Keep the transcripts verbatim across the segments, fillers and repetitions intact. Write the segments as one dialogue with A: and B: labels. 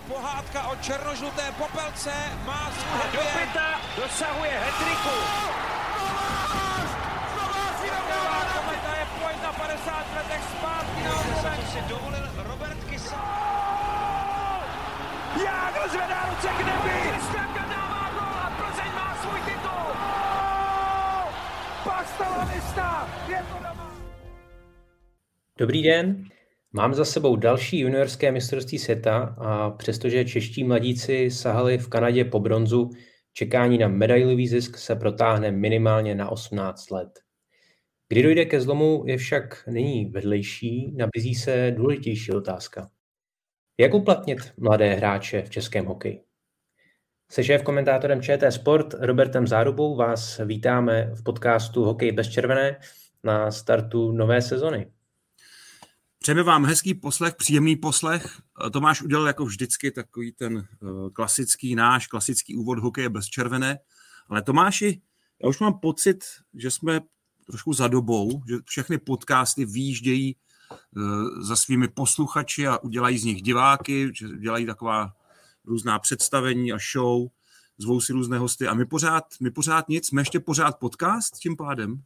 A: Pohádka o černožluté popelce má svůj happy end.
B: Dopita dosahuje hat-tricku.
A: Kometa je pojď na padesát letech zpátky na obloven.
B: To si dovolil Robert Kysa.
A: Jágr zvedá ruce k nebi.
B: Kristianka dává gól a Plzeň má svůj titul.
A: Pastalanista je to doma.
C: Dobrý den. Mám za sebou další juniorské mistrovství světa a přestože čeští mladíci sahali v Kanadě po bronzu, čekání na medailový zisk se protáhne minimálně na osmnáct let. Kdy dojde ke zlomu, je však nyní vedlejší, nabízí se důležitější otázka. Jak uplatnit mladé hráče v českém hokeji? Se šéf-komentátorem ČT Sport Robertem Zárubou vás vítáme v podcastu Hokej bez červené na startu nové sezony.
D: Přejeme vám hezký poslech, příjemný poslech. Tomáš udělal jako vždycky takový ten uh, klasický náš, klasický úvod Hokeje bez červené. Ale Tomáši, já už mám pocit, že jsme trošku za dobou, že všechny podcasty výjíždějí uh, za svými posluchači a udělají z nich diváky, že dělají taková různá představení a show, zvou si různé hosty a my pořád, my pořád nic, jsme ještě pořád podcast tím pádem?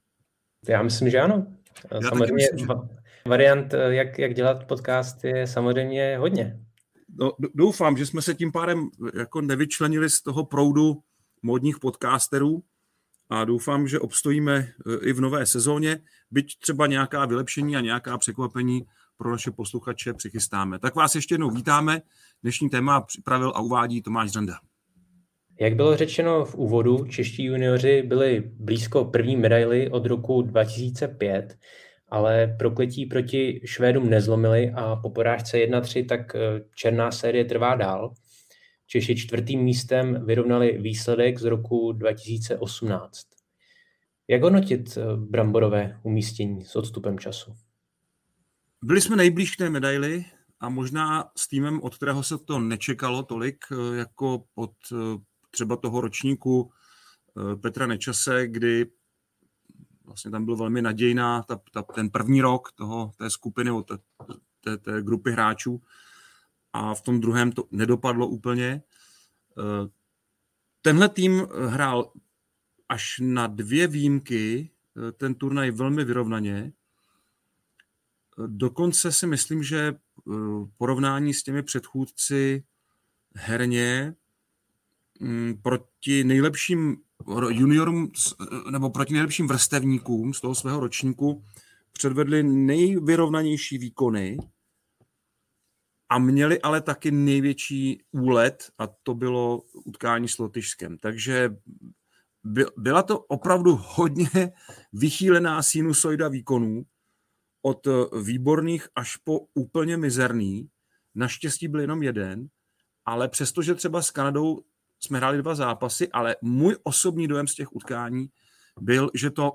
C: Já myslím, že ano.
D: Já
C: samozřejmě
D: myslím, že...
C: variant, jak, jak dělat podcast, je samozřejmě hodně.
D: No, doufám, že jsme se tím pádem jako nevyčlenili z toho proudu módních podcasterů a doufám, že obstojíme i v nové sezóně, byť třeba nějaká vylepšení a nějaká překvapení pro naše posluchače přichystáme. Tak vás ještě jednou vítáme. Dnešní téma připravil a uvádí Tomáš Zranda.
C: Jak bylo řečeno v úvodu, čeští junioři byli blízko první medaili od roku dva tisíce pět, ale prokletí proti Švédům nezlomili a po porážce jedna tři tak černá série trvá dál. Češi čtvrtým místem vyrovnali výsledek z roku dva tisíce osmnáct. Jak hodnotit bramborové umístění s odstupem času?
D: Byli jsme nejblíž k té medaili a možná s týmem, od kterého se to nečekalo tolik, jako od třeba toho ročníku Petra Nečase, kdy vlastně tam byl velmi nadějná ta, ta, ten první rok toho, té skupiny, té, té, té grupy hráčů a v tom druhém to nedopadlo úplně. Tenhle tým hrál až na dvě výjimky ten turnaj velmi vyrovnaně. Dokonce si myslím, že porovnání s těmi předchůdci herně proti nejlepším juniorům nebo proti nejlepším vrstevníkům z toho svého ročníku předvedli nejvyrovnanější výkony a měli ale taky největší úlet a to bylo utkání s Lotyšskem. Takže byla to opravdu hodně vychýlená sinusoida výkonů od výborných až po úplně mizerný. Naštěstí byl jenom jeden, ale přestože třeba s Kanadou jsme hráli dva zápasy, ale můj osobní dojem z těch utkání byl, že to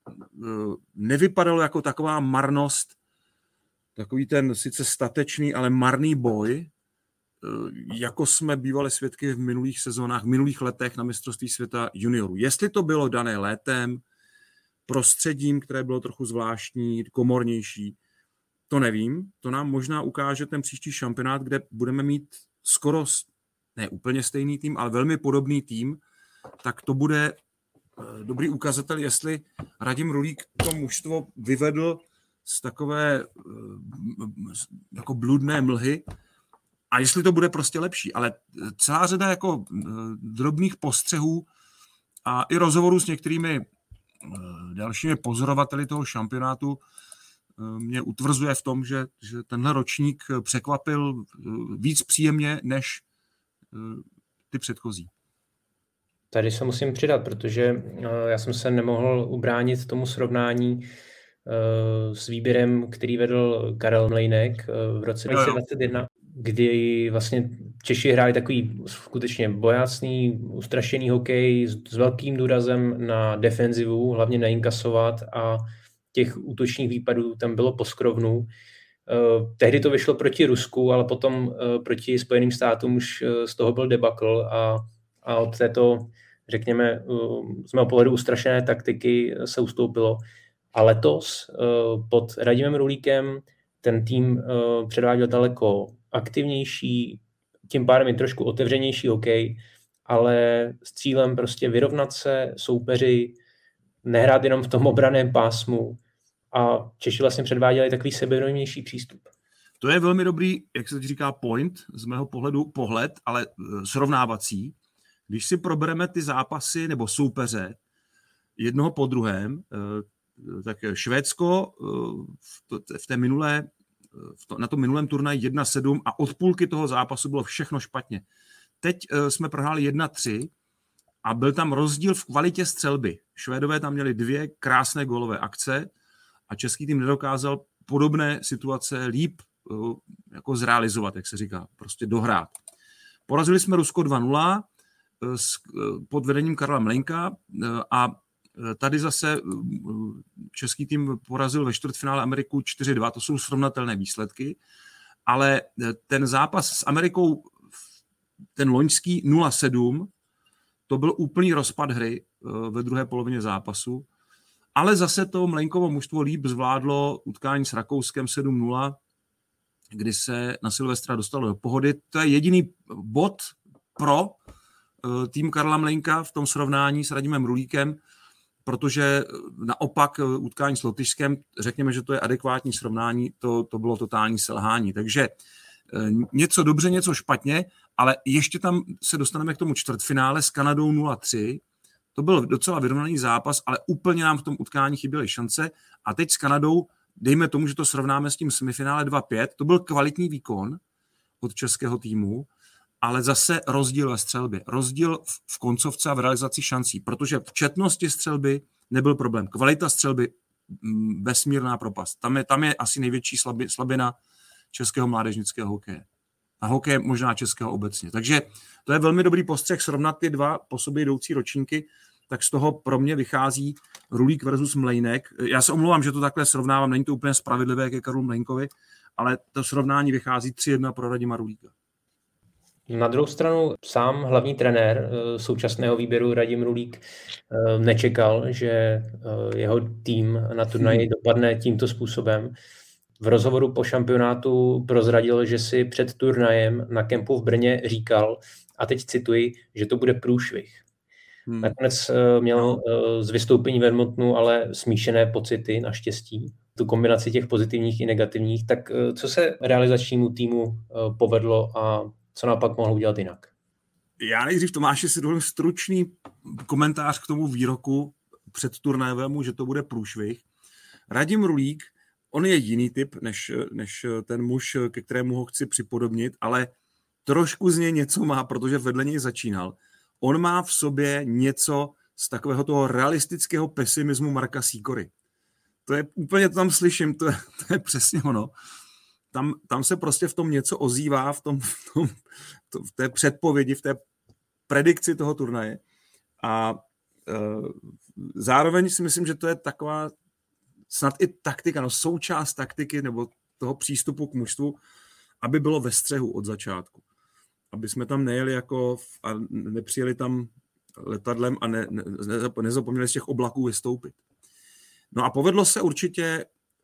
D: nevypadalo jako taková marnost, takový ten sice statečný, ale marný boj, jako jsme bývali svědky v minulých sezónách, v minulých letech na mistrovství světa juniorů. Jestli to bylo dané létem, prostředím, které bylo trochu zvláštní, komornější, to nevím. To nám možná ukáže ten příští šampionát, kde budeme mít skoro, ne úplně stejný tým, ale velmi podobný tým, tak to bude dobrý ukazatel, jestli Radim Rulík to mužstvo vyvedl z takové jako bludné mlhy a jestli to bude prostě lepší. Ale celá řada jako drobných postřehů a i rozhovorů s některými dalšími pozorovateli toho šampionátu mě utvrzuje v tom, že, že tenhle ročník překvapil víc příjemně než ty předchozí.
C: Tady se musím přidat, protože já jsem se nemohl ubránit tomu srovnání s výběrem, který vedl Karel Mlejnek v roce dva tisíce dvacet jedna, kdy vlastně Češi hráli takový skutečně bojácný, ustrašený hokej s, s velkým důrazem na defenzivu, hlavně na inkasovat a těch útočních výpadů tam bylo poskrovnu. Uh, tehdy to vyšlo proti Rusku, ale potom uh, proti Spojeným státům už uh, z toho byl debakl a, a od této, řekněme, uh, z mého pohledu ustrašené taktiky se ustoupilo. A letos uh, pod Radimem Rulíkem ten tým uh, předváděl daleko aktivnější, tím pádem i trošku otevřenější hokej, ale s cílem prostě vyrovnat se soupeři, nehrát jenom v tom obranném pásmu a Češi vlastně předváděli takový sebevědomější přístup.
D: To je velmi dobrý, jak se říká, point, z mého pohledu pohled, ale srovnávací. Když si probereme ty zápasy nebo soupeře jednoho po druhém, tak Švédsko v té minulé, na tom minulém turnaji jedna sedm a od půlky toho zápasu bylo všechno špatně. Teď jsme prohráli jedna tři a byl tam rozdíl v kvalitě střelby. Švédové tam měli dvě krásné gólové akce a český tým nedokázal podobné situace líp jako zrealizovat, jak se říká, prostě dohrát. Porazili jsme Rusko dva nula pod vedením Karla Mlejnka a tady zase český tým porazil ve čtvrtfinále Ameriku čtyři dva, to jsou srovnatelné výsledky, ale ten zápas s Amerikou, ten loňský nula sedm, to byl úplný rozpad hry ve druhé polovině zápasu, ale zase to Mlejnkovo mužstvo líp zvládlo utkání s Rakouskem sedm nula, kdy se na Silvestra dostalo do pohody. To je jediný bod pro tým Karla Mlejnka v tom srovnání s Radimem Rulíkem, protože naopak utkání s Lotyšskem, řekněme, že to je adekvátní srovnání, to, to bylo totální selhání. Takže něco dobře, něco špatně, ale ještě tam se dostaneme k tomu čtvrtfinále s Kanadou nula tři. To byl docela vyrovnaný zápas, ale úplně nám v tom utkání chyběly šance. A teď s Kanadou, dejme tomu, že to srovnáme s tím semifinále dva pět, to byl kvalitní výkon od českého týmu, ale zase rozdíl ve střelbě. Rozdíl v koncovce a v realizaci šancí, protože v četnosti střelby nebyl problém. Kvalita střelby, vesmírná propast. Tam je, tam je asi největší slabi, slabina českého mládežnického hokeje. A hokeje možná českého obecně. Takže to je velmi dobrý postřeh srovnat ty dva po sobě jdoucí ročníky, tak z toho pro mě vychází Rulík versus Mlejnek. Já se omlouvám, že to takhle srovnávám, není to úplně spravedlivé ke Karlu Mlejnkovi, ale to srovnání vychází tři jedna pro Radima Rulíka.
C: Na druhou stranu sám hlavní trenér současného výběru Radim Rulík nečekal, že jeho tým na turnaji dopadne tímto způsobem. V rozhovoru po šampionátu prozradil, že si před turnajem na kempu v Brně říkal, a teď cituji, že to bude průšvih. Hmm. Nakonec měl z vystoupení v Edmontonu ale smíšené pocity, naštěstí, tu kombinaci těch pozitivních i negativních. Tak co se realizačnímu týmu povedlo a co naopak mohl udělat jinak?
D: Já nejdřív, Tomáši, si dovolím stručný komentář k tomu výroku před turnajovému, že to bude průšvih. Radim Rulík, on je jiný typ, než, než ten muž, ke kterému ho chci připodobnit, ale trošku z něj něco má, protože vedle něj začínal. On má v sobě něco z takového toho realistického pesimismu Marka Sýkory. To je úplně, to tam slyším, to je, to je přesně ono. Tam, tam se prostě v tom něco ozývá, v, tom, v, tom, v té předpovědi, v té predikci toho turnaje. A e, zároveň si myslím, že to je taková snad i taktika, no součást taktiky nebo toho přístupu k mužstvu, aby bylo ve střehu od začátku. Aby jsme tam nejeli jako a nepřijeli tam letadlem a ne, ne, nezapomněli z těch oblaků vystoupit. No a povedlo se určitě e,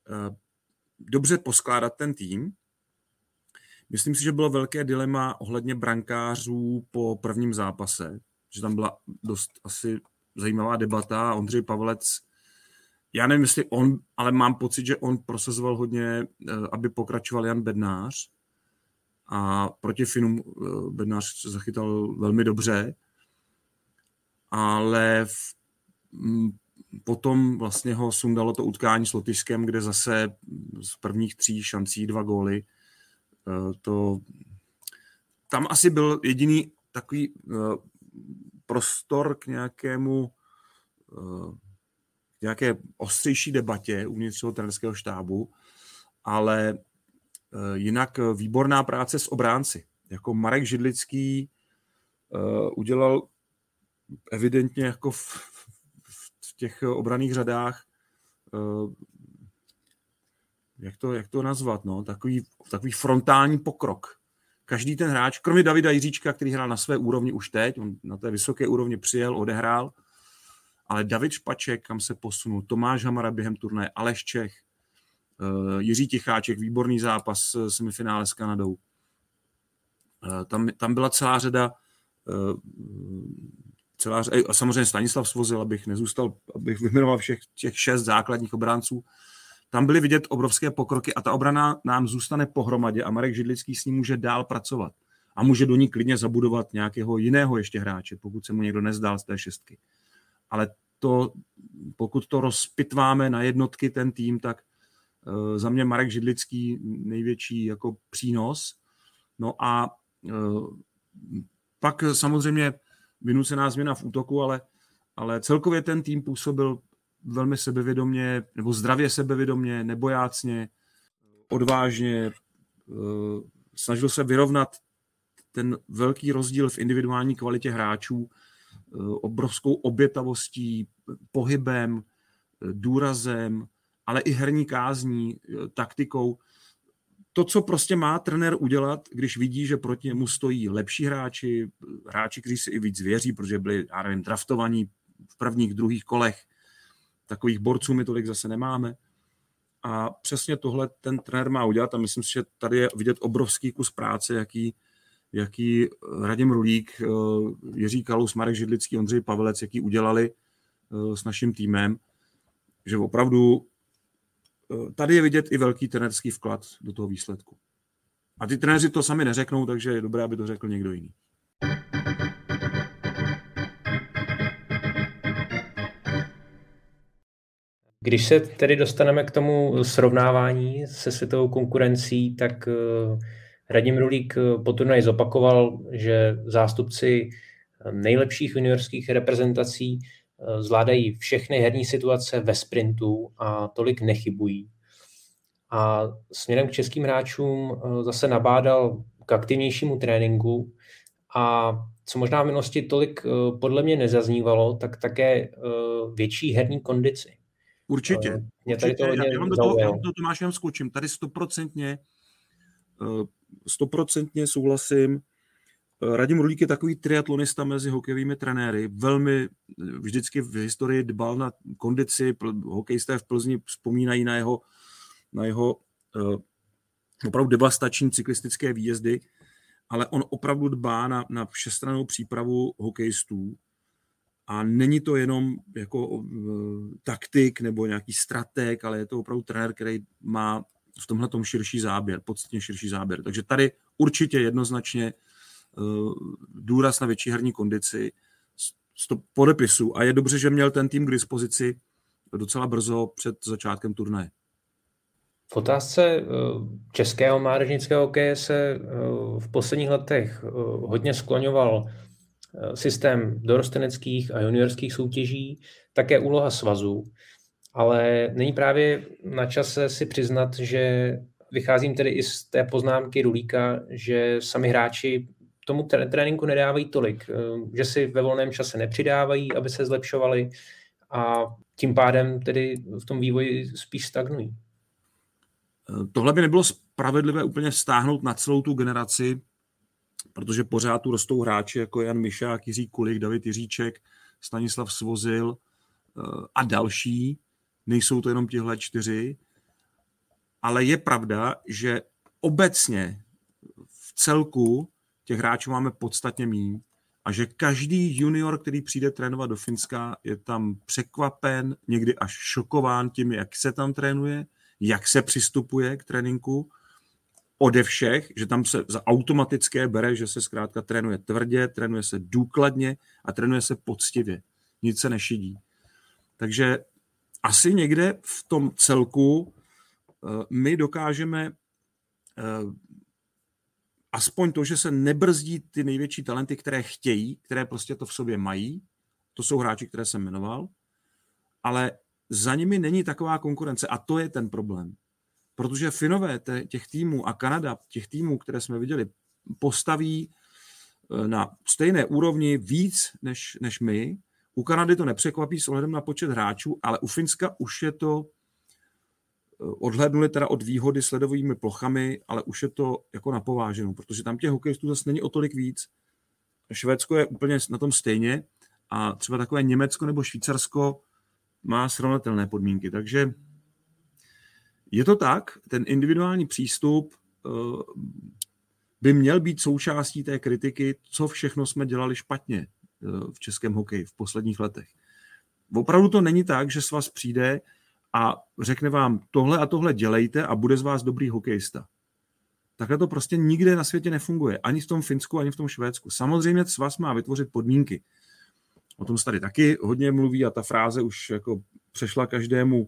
D: dobře poskládat ten tým. Myslím si, že bylo velké dilema ohledně brankářů po prvním zápase, že tam byla dost asi zajímavá debata. Ondřej Pavelec, já nevím, jestli on, ale mám pocit, že on prosazoval hodně, aby pokračoval Jan Bednář a proti Finům Bednář zachytal velmi dobře, ale v, potom vlastně ho sundalo to utkání s Lotyšskem, kde zase z prvních tří šancí dva góly. To, tam asi byl jediný takový prostor k nějakému k nějaké ostřejší debatě uvnitř toho trenerského štábu, ale jinak výborná práce s obránci. Jako Marek Židlický udělal evidentně jako v, v těch obranných řadách jak to, jak to nazvat, no, takový, takový frontální pokrok. Každý ten hráč, kromě Davida Jiříčka, který hrál na své úrovni už teď, on na té vysoké úrovni přijel, odehrál, ale David Špaček, kam se posunul, Tomáš Hamara během turnaje, Aleš Čech, Jiří Ticháček, výborný zápas semifinále s Kanadou. Tam, tam byla celá řada, celá řada, a samozřejmě Stanislav Svozil, abych nezůstal, abych vyjmenoval všech těch šest základních obránců. Tam byly vidět obrovské pokroky a ta obrana nám zůstane pohromadě a Marek Židlický s ním může dál pracovat. A může do ní klidně zabudovat nějakého jiného ještě hráče, pokud se mu někdo nezdál z té šestky. Ale to, pokud to rozpitváme na jednotky ten tým, tak uh, za mě Marek Židlický největší jako přínos. No a uh, pak samozřejmě vynucená změna v útoku, ale, ale celkově ten tým působil velmi sebevědomě, nebo zdravě sebevědomě, nebojácně, odvážně, uh, snažil se vyrovnat ten velký rozdíl v individuální kvalitě hráčů, obrovskou obětavostí, pohybem, důrazem, ale i herní kázní, taktikou. To, co prostě má trenér udělat, když vidí, že proti němu stojí lepší hráči, hráči, kteří si i víc věří, protože byli, já nevím, draftovaní v prvních, druhých kolech. Takových borců my tolik zase nemáme. A přesně tohle ten trenér má udělat a myslím si, že tady je vidět obrovský kus práce, jaký jaký Radim Rulík, Jiří Kalous, Marek Židlický, Ondřej Pavelec, jaký udělali s naším týmem, že opravdu tady je vidět i velký trenérský vklad do toho výsledku. A ty trenéři to sami neřeknou, takže je dobré, aby to řekl někdo jiný.
C: Když se tedy dostaneme k tomu srovnávání se světovou konkurencí, tak Radim Rulík po turnaji zopakoval, že zástupci nejlepších juniorských reprezentací zvládají všechny herní situace ve sprintu a tolik nechybují. A směrem k českým hráčům zase nabádal k aktivnějšímu tréninku a co možná v minulosti tolik podle mě nezaznívalo, tak také větší herní kondici.
D: Určitě.
C: Mě tady to hodně
D: já vám do toho, já do Tomáš jenom skočím. Tady stoprocentně stoprocentně souhlasím. Radim Rulík je takový triatlonista mezi hokejovými trenéry. Velmi vždycky v historii dbal na kondici. Hokejisté v Plzni vzpomínají na jeho, na jeho uh, opravdu devastační cyklistické výjezdy, ale on opravdu dbá na, na všestrannou přípravu hokejistů. A není to jenom jako uh, taktik nebo nějaký strateg, ale je to opravdu trenér, který má v tomhle tom širší záběr, podstatně širší záběr. Takže tady určitě jednoznačně uh, důraz na větší herní kondici z to podepisu. A je dobře, že měl ten tým k dispozici docela brzo před začátkem turnaje.
C: V otázce uh, českého mládežnického hokeje se uh, v posledních letech uh, hodně skloňoval uh, systém dorosteneckých a juniorských soutěží, také úloha svazů. Ale není právě na čase si přiznat, že vycházím tedy i z té poznámky Rulíka, že sami hráči tomu tréninku nedávají tolik, že si ve volném čase nepřidávají, aby se zlepšovali a tím pádem tedy v tom vývoji spíš stagnují.
D: Tohle by nebylo spravedlivé úplně vztáhnout na celou tu generaci, protože pořád tu rostou hráči jako Jan Mišák, Jiří Kulik, David Jiříček, Stanislav Svozil a další. Nejsou to jenom tihle čtyři, ale je pravda, že obecně v celku těch hráčů máme podstatně míň a že každý junior, který přijde trénovat do Finska, je tam překvapen, někdy až šokován tím, jak se tam trénuje, jak se přistupuje k tréninku ode všech, že tam se za automatické bere, že se zkrátka trénuje tvrdě, trénuje se důkladně a trénuje se poctivě. Nic se nešidí. Takže asi někde v tom celku uh, my dokážeme uh, aspoň to, že se nebrzdí ty největší talenty, které chtějí, které prostě to v sobě mají. To jsou hráči, které jsem jmenoval. Ale za nimi není taková konkurence a to je ten problém. Protože Finové těch týmů a Kanada těch týmů, které jsme viděli, postaví na stejné úrovni víc než, než my. U Kanady to nepřekvapí s ohledem na počet hráčů, ale u Finska už je to, odhlédnuli teda od výhody s ledovými plochami, ale už je to jako napováženou, protože tam těch hokejistů zase není o tolik víc. Švédsko je úplně na tom stejně a třeba takové Německo nebo Švýcarsko má srovnatelné podmínky. Takže je to tak, ten individuální přístup by měl být součástí té kritiky, co všechno jsme dělali špatně v českém hokeji v posledních letech. Opravdu to není tak, že svaz přijde a řekne vám tohle a tohle dělejte a bude z vás dobrý hokejista. Takhle to prostě nikde na světě nefunguje. Ani v tom Finsku, ani v tom Švédsku. Samozřejmě svaz má vytvořit podmínky. O tom se tady taky hodně mluví a ta fráze už jako přešla každému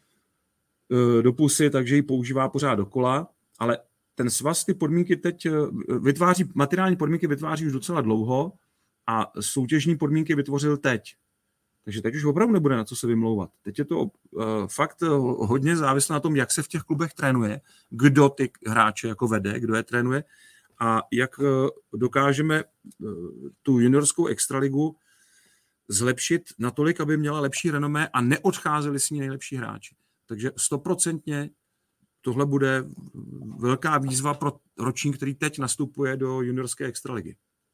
D: do pusy, takže ji používá pořád dokola, ale ten svaz ty podmínky teď vytváří, materiální podmínky vytváří už docela dlouho a soutěžní podmínky vytvořil teď. Takže teď už opravdu nebude na co se vymlouvat. Teď je to uh, fakt uh, hodně závislé na tom, jak se v těch klubech trénuje, kdo ty hráče jako vede, kdo je trénuje a jak uh, dokážeme uh, tu juniorskou extraligu zlepšit natolik, aby měla lepší renomé a neodcházeli s ní nejlepší hráči. Takže stoprocentně tohle bude velká výzva pro ročník, který teď nastupuje do juniorské extraligy.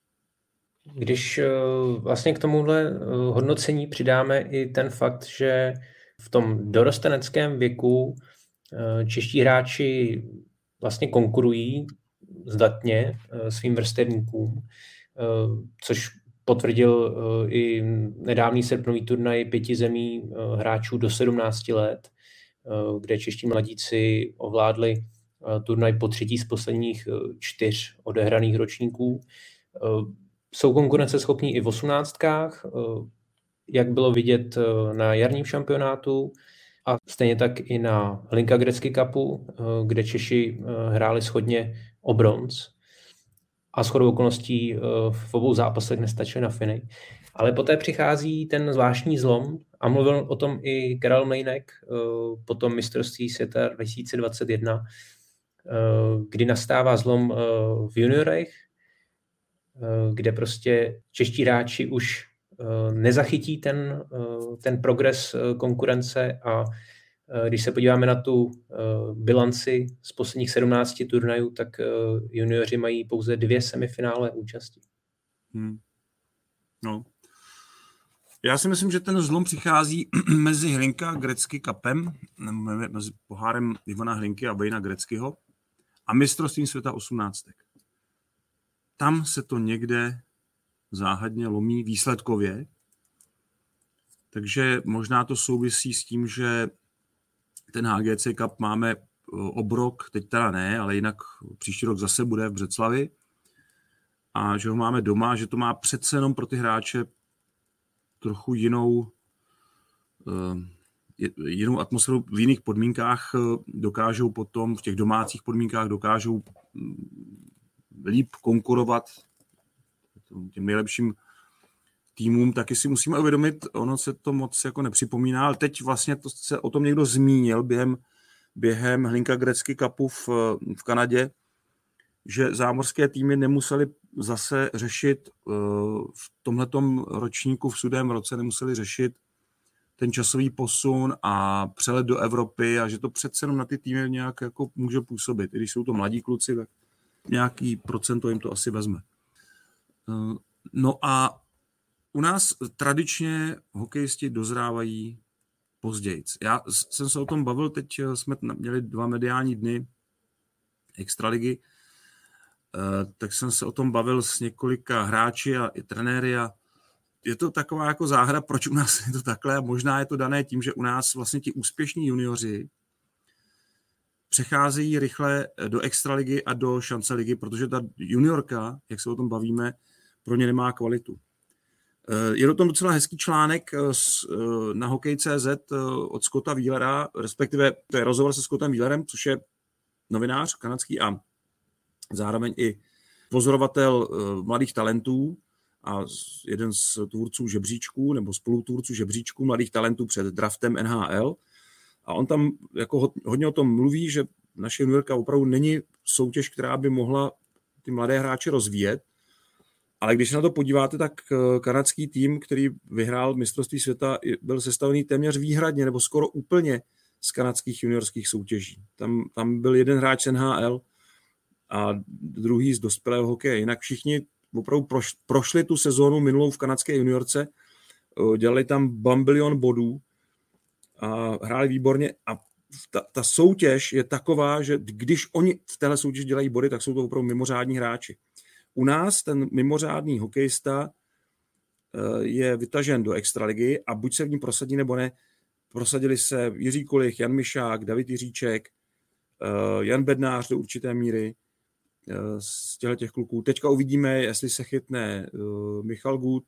C: Když vlastně k tomuhle hodnocení přidáme i ten fakt, že v tom dorosteneckém věku čeští hráči vlastně konkurují zdatně svým vrstevníkům, což potvrdil i nedávný srpnový turnaj pěti zemí hráčů do sedmnácti let, kde čeští mladíci ovládli turnaj po třetí z posledních čtyř odehraných ročníků. Jsou konkurenceschopní i v osmnáctkách, jak bylo vidět na jarním šampionátu a stejně tak i na Hlinka Gretzky Cupu, kde Češi hráli shodně o bronz a shodou okolností v obou zápasech nestačili na Finy. Ale poté přichází ten zvláštní zlom a mluvil o tom i Karel Mlejnek po tom mistrovství světa dva tisíce dvacet jedna, kdy nastává zlom v juniorech, kde prostě čeští hráči už nezachytí ten, ten progres konkurence a když se podíváme na tu bilanci z posledních sedmnácti turnajů, tak junioři mají pouze dvě semifinálové účasti.
D: Hmm. No. Já si myslím, že ten zlom přichází mezi Hlinka Gretzky Cupem, mezi pohárem Ivana Hlinky a Wayna Gretzkyho a mistrovstvím světa osmnáctek. Tam se to někde záhadně lomí výsledkově, takže možná to souvisí s tím, že ten H G C Cup máme obrok, teď teda ne, ale jinak příští rok zase bude v Břeclavi a že ho máme doma, že to má přece jenom pro ty hráče trochu jinou, jinou atmosféru. V jiných podmínkách dokážou potom, v těch domácích podmínkách dokážou líp konkurovat těm nejlepším týmům, taky si musíme uvědomit, ono se to moc jako nepřipomíná, ale teď vlastně to se o tom někdo zmínil během, během Hlinka Gretzky Cupu v, v Kanadě, že zámořské týmy nemuseli zase řešit v tomhletom ročníku, v sudém roce nemuseli řešit ten časový posun a přelet do Evropy a že to přece jenom na ty týmy nějak jako může působit. I když jsou to mladí kluci, tak nějaký procento jim to asi vezme. No a u nás tradičně hokejisti dozrávají později. Já jsem se o tom bavil, teď jsme měli dva mediální dny extraligy, tak jsem se o tom bavil s několika hráči a i trenéry a je to taková jako záhra, proč u nás je to takhle a možná je to dané tím, že u nás vlastně ti úspěšní junioři přecházejí rychle do extraligy a do šance ligy, protože ta juniorka, jak se o tom bavíme, pro ně nemá kvalitu. Je to tom docela hezký článek na hokej tečka cé zet od Scotta Wheelera, respektive to je rozhovor se Scottem Wheelerem, což je novinář kanadský a zároveň i pozorovatel mladých talentů a jeden z tvůrců žebříčků nebo spolutvůrců žebříčků mladých talentů před draftem N H L. A on tam jako hodně o tom mluví, že naše juniorka opravdu není soutěž, která by mohla ty mladé hráče rozvíjet. Ale když se na to podíváte, tak kanadský tým, který vyhrál mistrovství světa, byl sestavený téměř výhradně nebo skoro úplně z kanadských juniorských soutěží. Tam, tam byl jeden hráč z N H L a druhý z dospělého hokeje. Jinak všichni opravdu proš, prošli tu sezónu minulou v kanadské juniorce, dělali tam bambilion bodů a hráli výborně a ta, ta soutěž je taková, že když oni v téhle soutěži dělají body, tak jsou to opravdu mimořádní hráči. U nás ten mimořádný hokejista je vytažen do extraligy a buď se v ní prosadí, nebo ne. Prosadili se Jiří Kolich, Jan Mišák, David Jiříček, Jan Bednář do určité míry z těch kluků. Teďka uvidíme, jestli se chytne Michal Gut,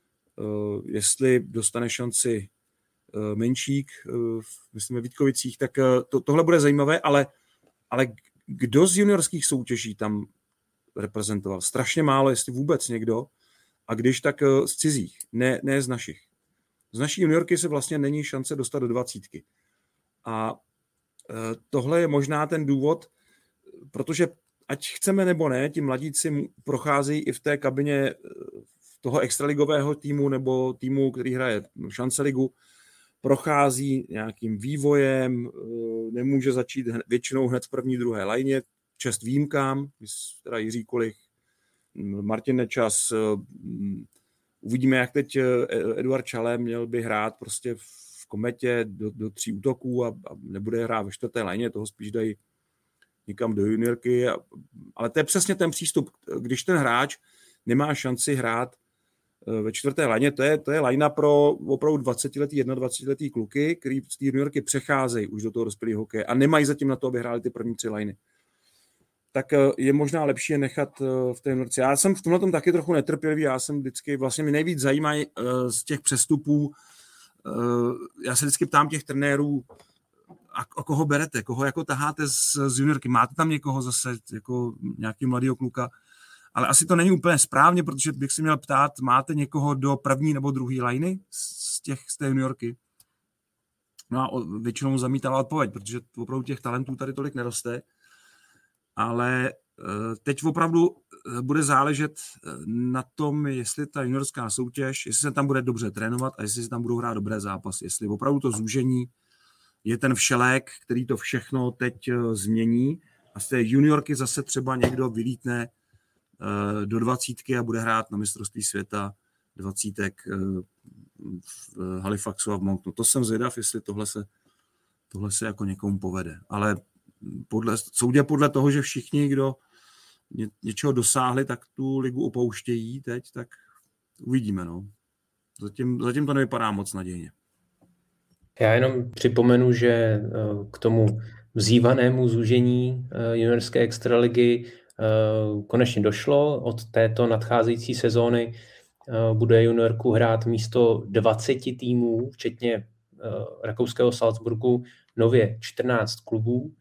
D: jestli dostane šanci Menšík, myslím ve Vítkovicích, tak to, tohle bude zajímavé, ale, ale kdo z juniorských soutěží tam reprezentoval? Strašně málo, jestli vůbec někdo, a když tak z cizích, ne, ne z našich. Z naší juniorky se vlastně není šance dostat do dvacítky. A tohle je možná ten důvod, protože ať chceme nebo ne, ti mladíci procházejí i v té kabině toho extraligového týmu nebo týmu, který hraje šance ligu, prochází nějakým vývojem, nemůže začít většinou hned v první, druhé lajně, čest výjimkám, teda Jiří Kolich, Martin Nečas, uvidíme, jak teď Eduard Čalé měl by hrát prostě v Kometě do, do tří útoků a, a nebude hrát ve čtvrté lajně, toho spíš dají někam do juniorky, a, ale to je přesně ten přístup, když ten hráč nemá šanci hrát ve čtvrté lajně, to je, to je lajna pro opravdu dvacetiletý, dvacetiletý kluky, který z té juniorky přecházejí už do toho dospělého hokeje a nemají zatím na to, aby hráli ty první tři lajny. Tak je možná lepší je nechat v té juniorce. Já jsem v tomhle tom taky trochu netrpělivý, já jsem vždycky, vlastně mi nejvíc zajímají z těch přestupů, já se vždycky ptám těch trenérů, a, a koho berete, koho jako taháte z, z juniorky, máte tam někoho zase, jako nějaký mladýho kluka, ale asi to není úplně správně, protože bych si měl ptát, máte někoho do první nebo druhé lajny z těch z té juniorky? No a většinou zamítala odpověď, protože opravdu těch talentů tady tolik neroste, ale teď opravdu bude záležet na tom, jestli ta juniorská soutěž, jestli se tam bude dobře trénovat a jestli se tam budou hrát dobré zápasy, jestli opravdu to zúžení je ten všelék, který to všechno teď změní a z té juniorky zase třeba někdo vylítne do dvacítky a bude hrát na mistrovství světa dvacítek v Halifaxu a v Monctonu. To jsem zvědav, jestli tohle se, tohle se jako někomu povede. Ale podle, soudě podle toho, že všichni, kdo ně, něčeho dosáhli, tak tu ligu opouštějí teď, tak uvidíme. No. Zatím, zatím to nevypadá moc nadějně.
C: Já jenom připomenu, že k tomu vzývanému zúžení juniorské extraligy konečně došlo. Od této nadcházející sezóny bude juniorku hrát místo dvaceti týmů, včetně rakouského Salzburgu, nově čtrnáct klubů.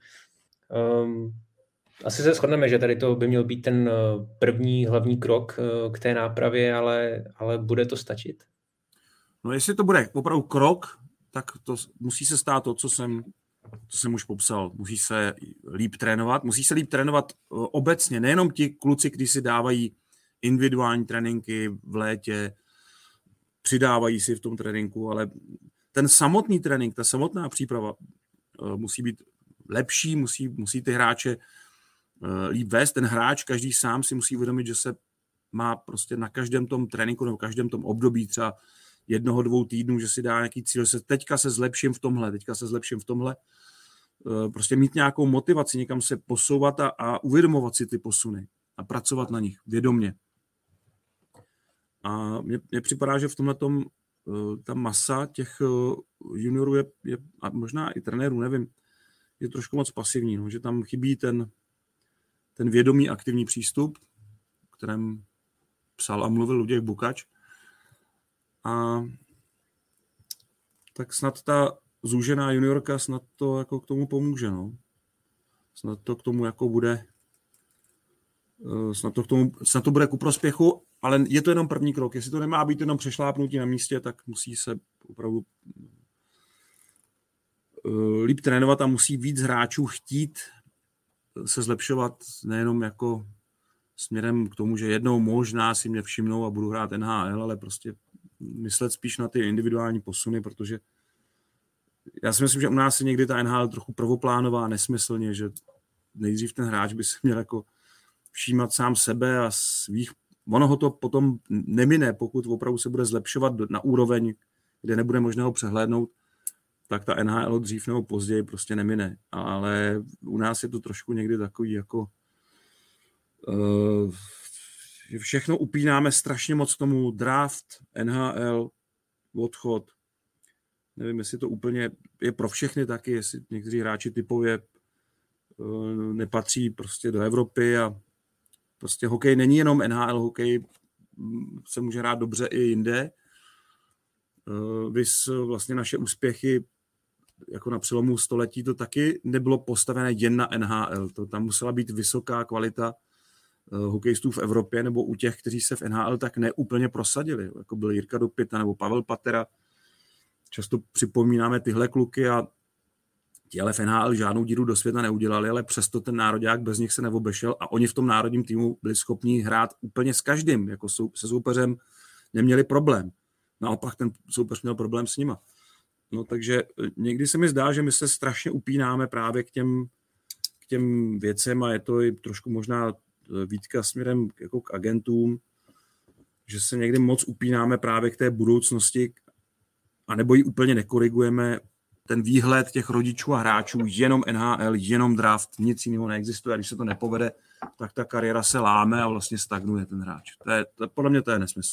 C: Asi se shodneme, že tady to by měl být ten první hlavní krok k té nápravě, ale, ale bude to stačit?
D: No jestli to bude opravdu krok, tak to musí se stát to, co jsem, co jsem už popsal. Musí se líp trénovat. Musí se líp trénovat obecně. Nejenom ti kluci, kteří si dávají individuální tréninky v létě, přidávají si v tom tréninku, ale ten samotný trénink, ta samotná příprava musí být lepší, musí, musí ty hráče líp vést. Ten hráč, každý sám si musí uvědomit, že se má prostě na každém tom tréninku nebo každém tom období třeba jednoho, dvou týdnů, že si dá nějaký cíl, že se teďka se zlepším v tomhle, teďka se zlepším v tomhle. Prostě mít nějakou motivaci, někam se posouvat a, a uvědomovat si ty posuny a pracovat na nich vědomně. A mně, mně připadá, že v tomhletom ta masa těch juniorů je, je, a možná i trenérů, nevím, je trošku moc pasivní, no, že tam chybí ten, ten vědomý aktivní přístup, o kterém psal a mluvil Luděk Bukač. A tak snad ta zúžená juniorka snad to jako k tomu pomůže, no. Snad to k tomu jako bude snad to, k tomu, snad to bude ku prospěchu, ale je to jenom první krok. Jestli to nemá být jenom přešlápnutí na místě, tak musí se opravdu líp trénovat a musí víc hráčů chtít se zlepšovat nejenom jako směrem k tomu, že jednou možná si mě všimnou a budu hrát N H L, ale prostě myslet spíš na ty individuální posuny, protože já si myslím, že u nás je někdy ta N H L trochu prvoplánová nesmyslně, že nejdřív ten hráč by se měl jako všímat sám sebe a svých, ono ho to potom nemine, pokud opravdu se bude zlepšovat na úroveň, kde nebude možné ho přehlédnout, tak ta N H L dřív nebo později prostě nemine. Ale u nás je to trošku někdy takový jako uh, všechno upínáme strašně moc k tomu draft, N H L, odchod. Nevím, jestli to úplně je pro všechny taky, jestli někteří hráči typově uh, nepatří prostě do Evropy a prostě hokej není jenom N H L, hokej se může hrát dobře i jinde. Uh, vys vlastně naše úspěchy jako na přelomu století to taky nebylo postavené jen na N H L. To tam musela být vysoká kvalita uh, hokejistů v Evropě nebo u těch, kteří se v N H L tak neúplně prosadili, jako byl Jirka Dopita nebo Pavel Patera. Často připomínáme tyhle kluky a ti ale v N H L žádnou díru do světa neudělali, ale přesto ten nároďák bez nich se neobešel a oni v tom národním týmu byli schopni hrát úplně s každým, jako sou, se soupeřem neměli problém. Naopak ten soupeř měl problém s nima. No takže někdy se mi zdá, že my se strašně upínáme právě k těm, k těm věcem a je to i trošku možná výtka směrem jako k agentům, že se někdy moc upínáme právě k té budoucnosti a nebo ji úplně nekorigujeme. Ten výhled těch rodičů a hráčů, jenom N H L, jenom draft, nic jiného neexistuje a když se to nepovede, tak ta kariéra se láme a vlastně stagnuje ten hráč. To je, to, podle mě to je nesmysl.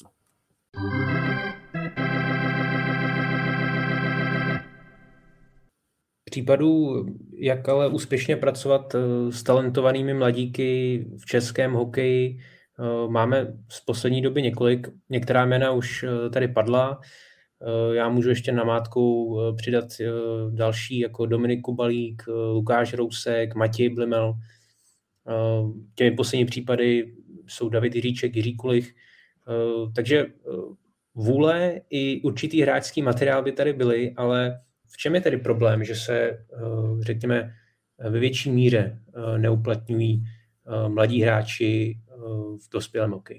C: Případů, jak ale úspěšně pracovat s talentovanými mladíky v českém hokeji, máme z poslední doby několik. Některá jména už tady padla. Já můžu ještě namátkou přidat další, jako Dominik Kubalík, Lukáš Rousek, Matěj Blimel. Těmi poslední případy jsou David Jiříček, Jiří Kulich. Takže vůle i určitý hráčský materiál by tady byly, ale v čem je tedy problém, že se, řekněme, ve větší míře neuplatňují mladí hráči v dospělém hokeji?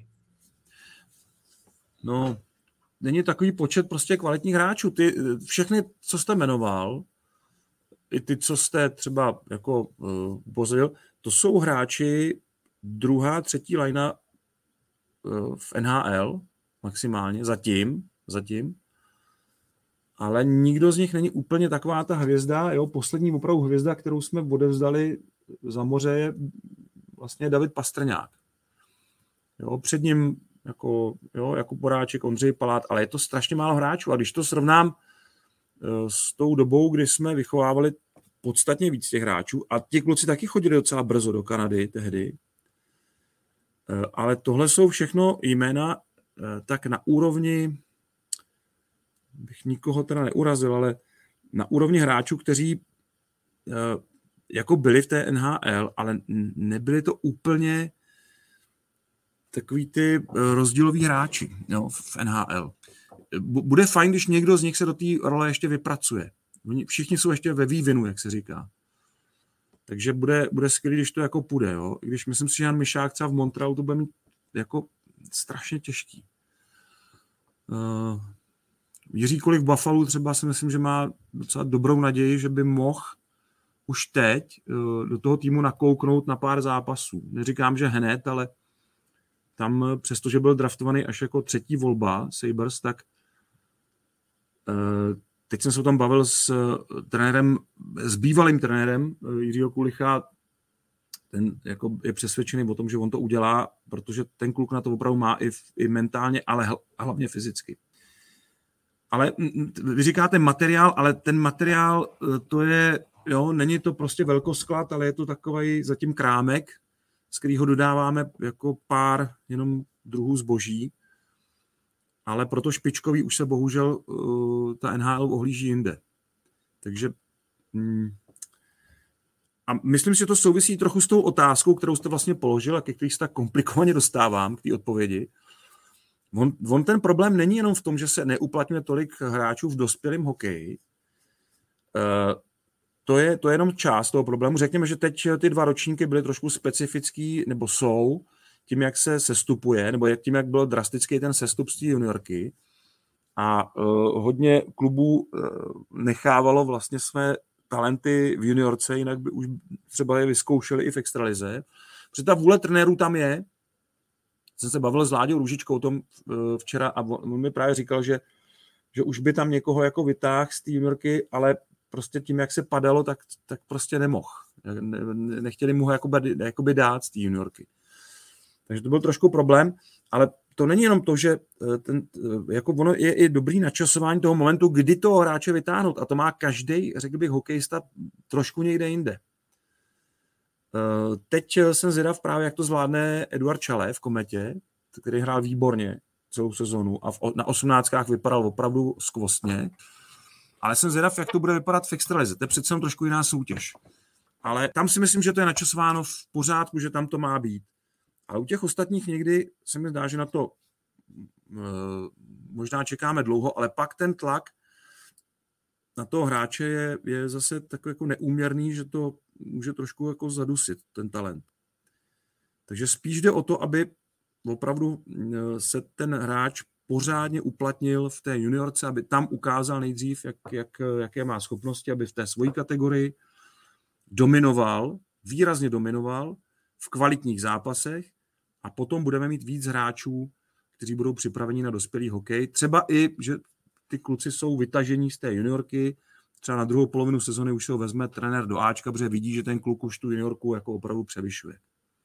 D: No, není takový počet prostě kvalitních hráčů. Ty, všechny, co jste jmenoval, i ty, co jste třeba jako uh, upozoril, to jsou hráči druhá, třetí lajna uh, v N H L maximálně, zatím, zatím. Ale nikdo z nich není úplně taková ta hvězda, jo, poslední opravdu hvězda, kterou jsme odevzdali za moře, je vlastně David Pastrňák. Jo, před ním jako, jo, Jakub Boráček, Ondřej Palát, ale je to strašně málo hráčů. A když to srovnám uh, s tou dobou, kdy jsme vychovávali podstatně víc těch hráčů, a ti kluci taky chodili docela brzo do Kanady tehdy, uh, ale tohle jsou všechno jména uh, tak na úrovni, bych nikoho teda neurazil, ale na úrovni hráčů, kteří uh, jako byli v té N H L, ale nebyli to úplně takový ty rozdíloví hráči, jo, v N H L. Bude fajn, když někdo z nich se do té role ještě vypracuje. Všichni jsou ještě ve vývinu, jak se říká. Takže bude, bude skvělý, když to jako půjde. Jo. I když myslím si, že Jan Mišák třeba v Montrealu to bude mít jako strašně těžký. Uh, Jiří Kulich v Buffalo třeba si myslím, že má docela dobrou naději, že by mohl už teď uh, do toho týmu nakouknout na pár zápasů. Neříkám, že hned, ale tam, přestože byl draftovaný až jako třetí volba Sabres, tak uh, teď jsem se tam bavil s uh, trenérem, s bývalým trenérem uh, Jiřího Kulicha, ten jako je přesvědčený o tom, že on to udělá, protože ten kluk na to opravdu má i, i mentálně, ale hlavně fyzicky. Ale vy říkáte materiál, ale ten materiál, to je, jo, není to prostě velkosklad, ale je to takový zatím krámek, z kterého dodáváme jako pár jenom druhů zboží, ale proto špičkový už se bohužel uh, ta N H L ohlíží jinde. Takže mm, a myslím si, že to souvisí trochu s tou otázkou, kterou jste vlastně položil a ke který se tak komplikovaně dostávám k té odpovědi. On, on ten problém není jenom v tom, že se neuplatňuje tolik hráčů v dospělém hokeji. Uh, To je, to je jenom část toho problému. Řekněme, že teď ty dva ročníky byly trošku specifický, nebo jsou, tím, jak se sestupuje, nebo tím, jak byl drastický ten sestup z té juniorky. A uh, hodně klubů uh, nechávalo vlastně své talenty v juniorce, jinak by už třeba je vyzkoušeli i v extralize. Protože ta vůle trenérů tam je. Jsem se bavil s Láďou Růžičkou o tom uh, včera a on mi právě říkal, že že už by tam někoho jako vytáhl z té juniorky, ale prostě tím, jak se padalo, tak, tak prostě nemohl. Ne, nechtěli mu ho jakoby, jakoby dát z té juniorky. Takže to byl trošku problém, ale to není jenom to, že ten, jako ono je i dobrý načasování toho momentu, kdy toho hráče vytáhnout. A to má každý, řekl bych, hokejista trošku někde jinde. Teď jsem zvědav právě, jak to zvládne Eduard Čalé v Kometě, který hrál výborně celou sezonu a v, na osmnáctkách vypadal opravdu skvostně. Ale jsem zvědav, jak to bude vypadat v extralize. To je přece jenom trošku jiná soutěž. Ale tam si myslím, že to je načasováno v pořádku, že tam to má být. Ale u těch ostatních někdy se mi zdá, že na to e, možná čekáme dlouho, ale pak ten tlak na toho hráče je, je zase takový jako neúměrný, že to může trošku jako zadusit, ten talent. Takže spíš jde o to, aby opravdu se ten hráč pořádně uplatnil v té juniorce, aby tam ukázal nejdřív, jak, jak, jaké má schopnosti, aby v té svojí kategorii dominoval, výrazně dominoval v kvalitních zápasech a potom budeme mít víc hráčů, kteří budou připraveni na dospělý hokej. Třeba i, že ty kluci jsou vytažení z té juniorky, třeba na druhou polovinu sezony už se ho vezme trenér do Ačka, protože vidí, že ten kluk už tu juniorku jako opravdu převyšuje.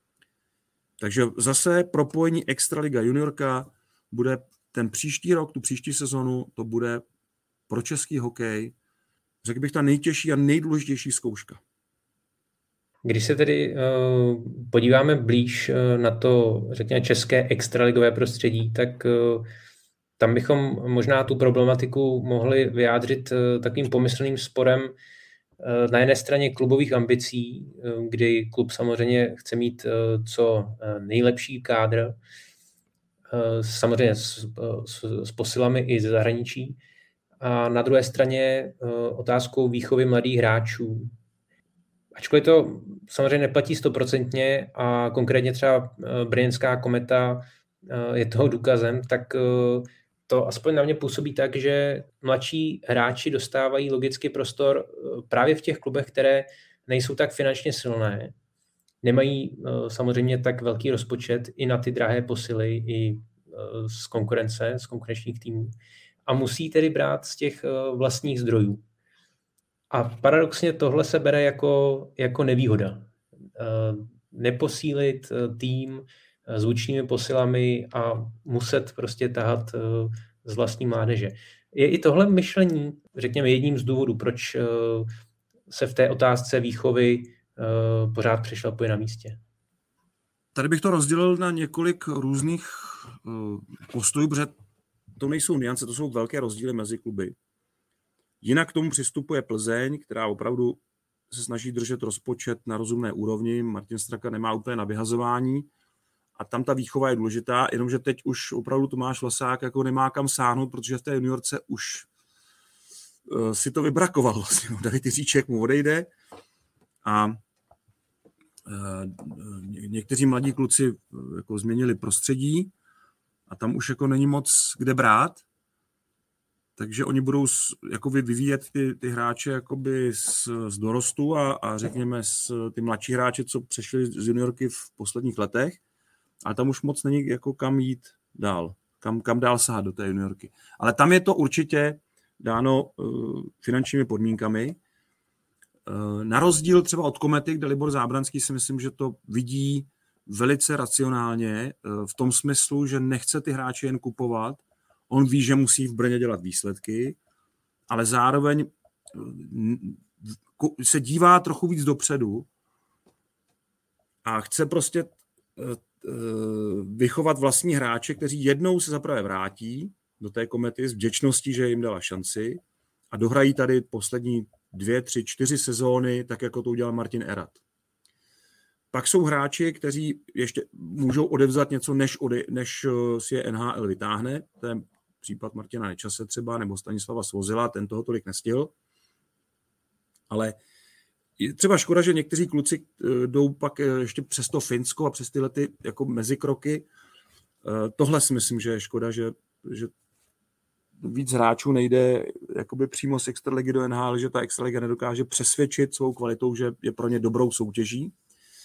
D: Takže zase propojení Extraliga juniorka bude ten příští rok, tu příští sezonu, to bude pro český hokej, řekl bych, ta nejtěžší a nejdůležitější zkouška.
C: Když se tedy uh, podíváme blíž uh, na to, řekněme, české extraligové prostředí, tak uh, tam bychom možná tu problematiku mohli vyjádřit uh, takovým pomyslným sporem uh, na jedné straně klubových ambicí, uh, kdy klub samozřejmě chce mít uh, co uh, nejlepší kádr, uh, samozřejmě s, uh, s, s posilami i ze zahraničí, a na druhé straně uh, otázkou výchovy mladých hráčů. Ačkoliv to samozřejmě neplatí stoprocentně a konkrétně třeba brněnská Kometa je toho důkazem, tak to aspoň na mě působí tak, že mladší hráči dostávají logicky prostor právě v těch klubech, které nejsou tak finančně silné, nemají samozřejmě tak velký rozpočet i na ty drahé posily, i z konkurence, z konkurenčních týmů a musí tedy brát z těch vlastních zdrojů. A paradoxně tohle se bere jako, jako nevýhoda. Neposílit tým zvučnými posilami a muset prostě tahat z vlastní mládeže. Je i tohle myšlení, řekněme, jedním z důvodů, proč se v té otázce výchovy pořád přešlapuje na místě?
D: Tady bych to rozdělil na několik různých postojů, protože to nejsou nuance, to jsou velké rozdíly mezi kluby. Jinak k tomu přistupuje Plzeň, která opravdu se snaží držet rozpočet na rozumné úrovni. Martin Straka nemá úplně na vyhazování a tam ta výchova je důležitá, jenomže teď už opravdu Tomáš Vlasák jako nemá kam sáhnout, protože v té juniorce už uh, si to vybrakoval. Vlastně. David Jiříček mu odejde a uh, někteří mladí kluci uh, jako změnili prostředí a tam už jako není moc kde brát. Takže oni budou jakoby vyvíjet ty, ty hráče jakoby z, z dorostu a, a řekněme z, ty mladší hráče, co přešli z juniorky v posledních letech. Ale tam už moc není jako kam jít dál, kam, kam dál sahat do té juniorky. Ale tam je to určitě dáno uh, finančními podmínkami. Uh, na rozdíl třeba od Komety, kde Libor Zábranský si myslím, že to vidí velice racionálně uh, v tom smyslu, že nechce ty hráče jen kupovat. On ví, že musí v Brně dělat výsledky, ale zároveň se dívá trochu víc dopředu a chce prostě vychovat vlastní hráče, kteří jednou se zaprvé vrátí do té Komety s vděčností, že jim dala šanci a dohrají tady poslední dvě, tři, čtyři sezóny, tak jako to udělal Martin Erat. Pak jsou hráči, kteří ještě můžou odevzat něco, než, ode, než si je N H L vytáhne. To je případ Martina Nečase třeba, nebo Stanislava Svozila, ten toho tolik nestihl. Ale je třeba škoda, že někteří kluci jdou pak ještě přes to Finsko a přes tyhle ty jako mezikroky. Tohle si myslím, že je škoda, že, že víc hráčů nejde jakoby přímo z extraligy do N H L, že ta extraliga nedokáže přesvědčit svou kvalitou, že je pro ně dobrou soutěží.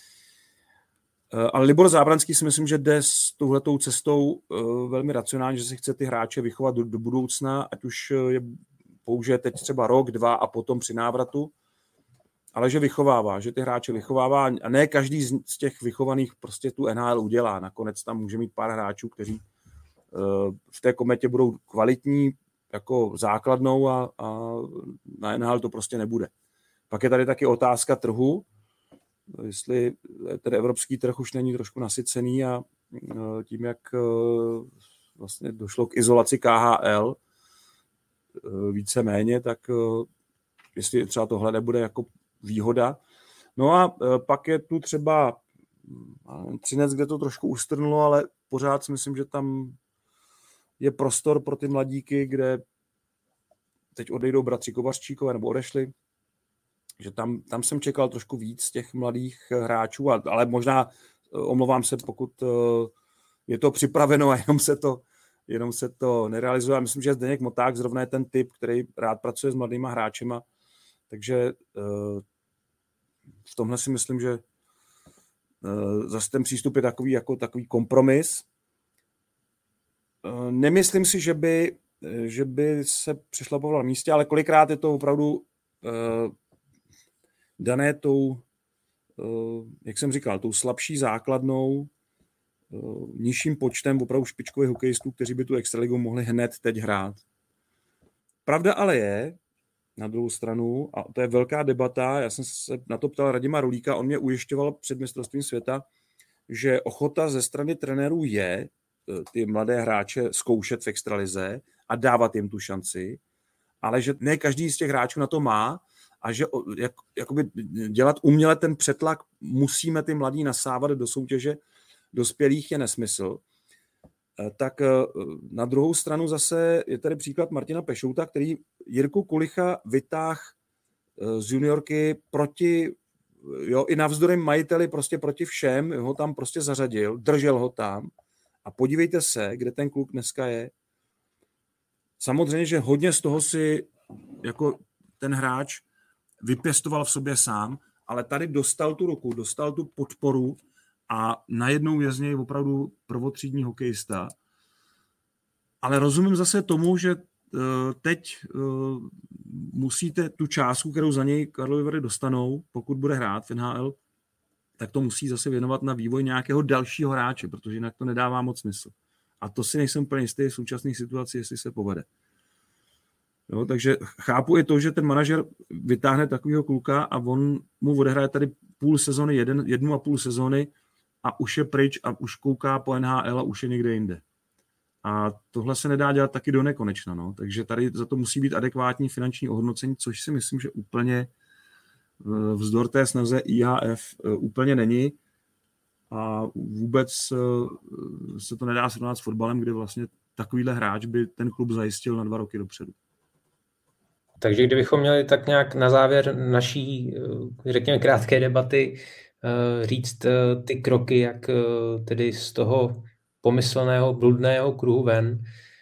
D: Ale Libor Zábranský si myslím, že jde s touhletou cestou velmi racionálně, že si chce ty hráče vychovat do, do budoucna, ať už je použije teď třeba rok, dva a potom při návratu, ale že vychovává, že ty hráče vychovává a ne každý z těch vychovaných prostě tu N H L udělá. Nakonec tam může mít pár hráčů, kteří v té Kometě budou kvalitní jako základnou a, a na N H L to prostě nebude. Pak je tady taky otázka trhu, jestli ten evropský trh už není trošku nasycený a tím, jak vlastně došlo k izolaci K H L víceméně, tak jestli třeba tohle nebude jako výhoda. No a pak je tu třeba Třinec, kde to trošku ustrnulo, ale pořád si myslím, že tam je prostor pro ty mladíky, kde teď odejdou bratři Kovařčíkové nebo odešli, že tam, tam jsem čekal trošku víc těch mladých hráčů, ale možná omlouvám se, pokud je to připraveno a jenom se to, jenom se to nerealizuje. Já myslím, že Zdeněk Moták zrovna je ten typ, který rád pracuje s mladýma hráčema, takže v tomhle si myslím, že zase ten přístup je takový jako takový kompromis. Nemyslím si, že by, že by se přešlapoval na místě, ale kolikrát je to opravdu uh, dané tou, uh, jak jsem říkal, tou slabší základnou, uh, nižším počtem opravdu špičkových hokejistů, kteří by tu extraligu mohli hned teď hrát. Pravda ale je, na druhou stranu, a to je velká debata, já jsem se na to ptal Radima Rulíka, on mě ujišťoval před mistrovstvím světa, že ochota ze strany trenérů je ty mladé hráče zkoušet v extralize a dávat jim tu šanci, ale že ne každý z těch hráčů na to má a že jak, jakoby dělat uměle ten přetlak musíme ty mladí nasávat do soutěže dospělých je nesmysl. Tak na druhou stranu zase je tady příklad Martina Pešouta, který Jirku Kulicha vytáhl z juniorky proti, jo, i navzdory majiteli prostě proti všem, ho tam prostě zařadil, držel ho tam. A podívejte se, kde ten kluk dneska je. Samozřejmě, že hodně z toho si jako ten hráč vypěstoval v sobě sám, ale tady dostal tu ruku, dostal tu podporu a najednou je z něj opravdu prvotřídní hokejista. Ale rozumím zase tomu, že teď musíte tu částku, kterou za něj Karlovy Vary dostanou, pokud bude hrát v N H L, tak to musí zase věnovat na vývoj nějakého dalšího hráče, protože jinak to nedává moc smysl. A to si nejsem úplně jistý v současné situaci, jestli se povede. Jo, takže chápu i to, že ten manažer vytáhne takového kluka a on mu odehraje tady půl sezony, jeden, jednu a půl sezony a už je pryč a už kouká po N H L a už je někde jinde. A tohle se nedá dělat taky do nekonečna. No. Takže tady za to musí být adekvátní finanční ohodnocení, což si myslím, že úplně vzdor té snaze I H F úplně není. A vůbec se to nedá srovnat s fotbalem, kde vlastně takovýhle hráč by ten klub zajistil na dva roky dopředu.
C: Takže kdybychom měli tak nějak na závěr naší, řekněme, krátké debaty říct ty kroky, jak tedy z toho pomyslného bludného kruhu ven.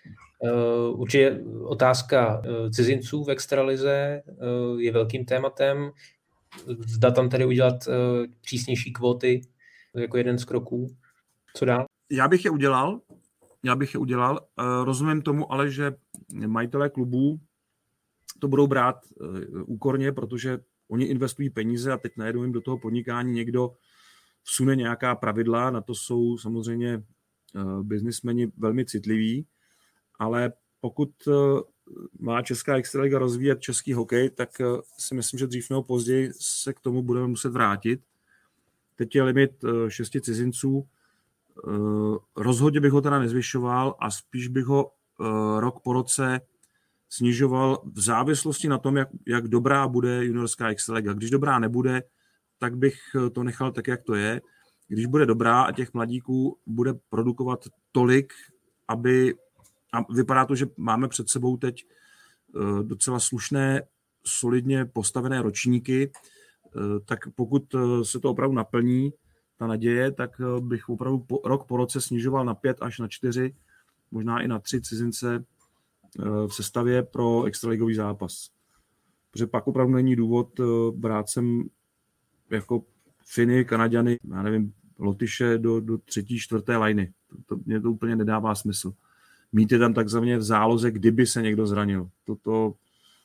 C: Určitě otázka cizinců v extralize je velkým tématem. Zda tam tady udělat přísnější kvóty jako jeden z kroků. Co dál?
D: Já bych je udělal. Já bych je udělal. Rozumím tomu, ale že majitelé klubů to budou brát úkorně, protože oni investují peníze a teď najednou jim do toho podnikání někdo vsune nějaká pravidla. Na to jsou samozřejmě biznismeni velmi citliví, ale pokud má česká extraliga rozvíjet český hokej, tak si myslím, že dřív nebo později se k tomu budeme muset vrátit. Teď je limit šesti cizinců. Rozhodně bych ho teda nezvyšoval a spíš bych ho rok po roce snižoval v závislosti na tom, jak, jak dobrá bude juniorská extraliga. Když dobrá nebude, tak bych to nechal tak, jak to je. Když bude dobrá a těch mladíků bude produkovat tolik, aby... A vypadá to, že máme před sebou teď docela slušné, solidně postavené ročníky, tak pokud se to opravdu naplní, ta naděje, tak bych opravdu po, rok po roce snižoval na pět až na čtyři, možná i na tři cizince v sestavě pro extraligový zápas. Protože pak opravdu není důvod brát sem jako Finy, Kanaďany, já nevím, Lotyše do, do třetí, čtvrté lajny. To, to, mně to úplně nedává smysl. Mít je tam takzvaně v záloze, kdyby se někdo zranil. Toto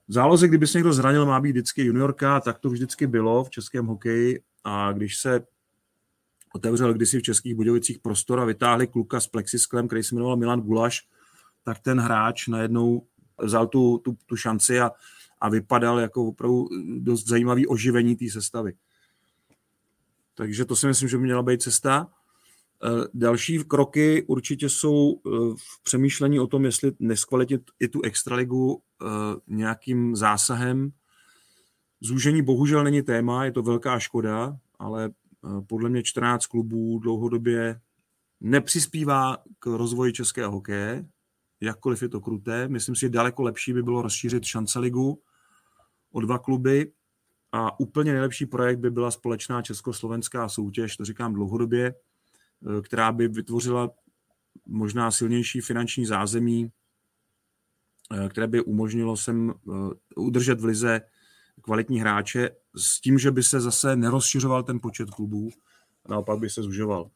D: V záloze, kdyby se někdo zranil, má být vždycky juniorka, tak to vždycky bylo v českém hokeji a když se otevřel kdysi v Českých Budějovicích prostor a vytáhli kluka s plexisklem, který se jmenoval Milan Gulaš, tak ten hráč najednou vzal tu, tu, tu šanci a, a vypadal jako opravdu dost zajímavý oživení té sestavy. Takže to si myslím, že by měla být cesta. Další kroky určitě jsou v přemýšlení o tom, jestli neskvalitit i tu extraligu nějakým zásahem. Zúžení bohužel není téma, je to velká škoda, ale podle mě čtrnáct klubů dlouhodobě nepřispívá k rozvoji českého hokeje, jakkoliv je to kruté. Myslím si, že daleko lepší by bylo rozšířit šance ligu o dva kluby a úplně nejlepší projekt by byla společná československá soutěž, to říkám dlouhodobě, která by vytvořila možná silnější finanční zázemí, které by umožnilo sem udržet v lize kvalitní hráče s tím, že by se zase nerozšiřoval ten počet klubů, naopak by se zužoval.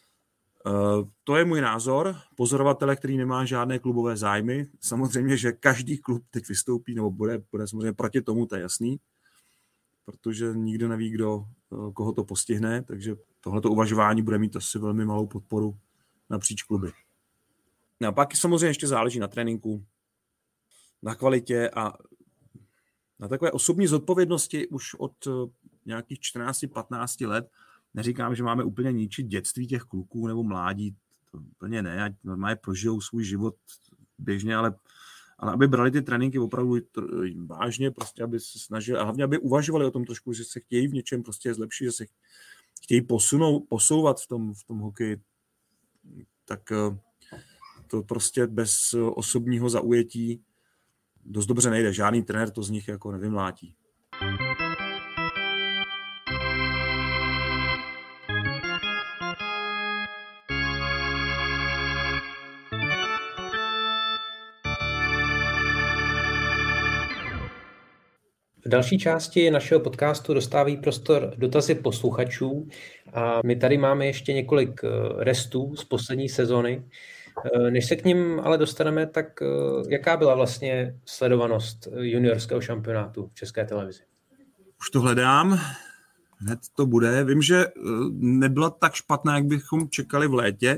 D: To je můj názor. Pozorovatele, který nemá žádné klubové zájmy. Samozřejmě, že každý klub teď vystoupí, nebo bude, bude samozřejmě proti tomu, to je jasný, protože nikdo neví, kdo, koho to postihne, takže tohleto uvažování bude mít asi velmi malou podporu napříč kluby. No a pak samozřejmě ještě záleží na tréninku, na kvalitě a na takové osobní zodpovědnosti už od nějakých čtrnáct patnáct let. Neříkám, že máme úplně ničit dětství těch kluků nebo mládí, to úplně ne, ať normálně prožijou svůj život běžně, ale, ale aby brali ty tréninky opravdu vážně, prostě aby se snažili, a hlavně aby uvažovali o tom trošku, že se chtějí v něčem prostě zlepšit, že se chtějí posunou, posouvat v tom, v tom hokeji, tak to prostě bez osobního zaujetí dost dobře nejde. Žádný trenér to z nich jako nevymlátí.
C: V další části našeho podcastu dostávají prostor dotazy posluchačů a my tady máme ještě několik restů z poslední sezony. Než se k nim ale dostaneme, tak jaká byla vlastně sledovanost juniorského šampionátu v České televizi?
D: Už to hledám, hned to bude. Vím, že nebyla tak špatná, jak bychom čekali v létě,